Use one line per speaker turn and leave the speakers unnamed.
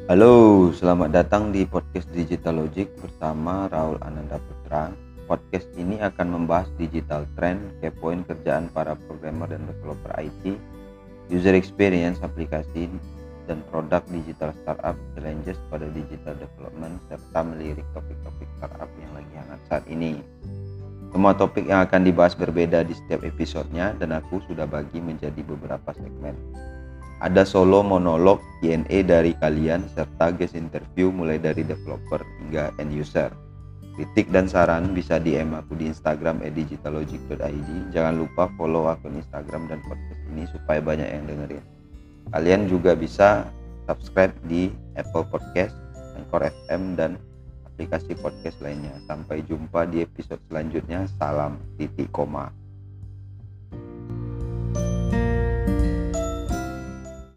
Halo, selamat datang di podcast Digital Logic bersama Raul Ananda Putra. Podcast ini akan membahas digital trend, kepoin kerjaan para programmer dan developer IT, user experience aplikasi dan produk digital startup, challenges pada digital development, serta melirik topik-topik startup yang lagi hangat saat ini. Semua topik yang akan dibahas berbeda di setiap episodenya dan aku sudah bagi menjadi beberapa segmen. Ada solo monolog Q&A dari kalian serta guest interview mulai dari developer hingga end user. Kritik dan saran bisa DM aku di Instagram @digitallogic.id. Jangan lupa follow akun Instagram dan podcast ini supaya banyak yang dengerin. Kalian juga bisa subscribe di Apple Podcast, Anchor FM dan aplikasi podcast lainnya. Sampai jumpa di episode selanjutnya. Salam titik koma.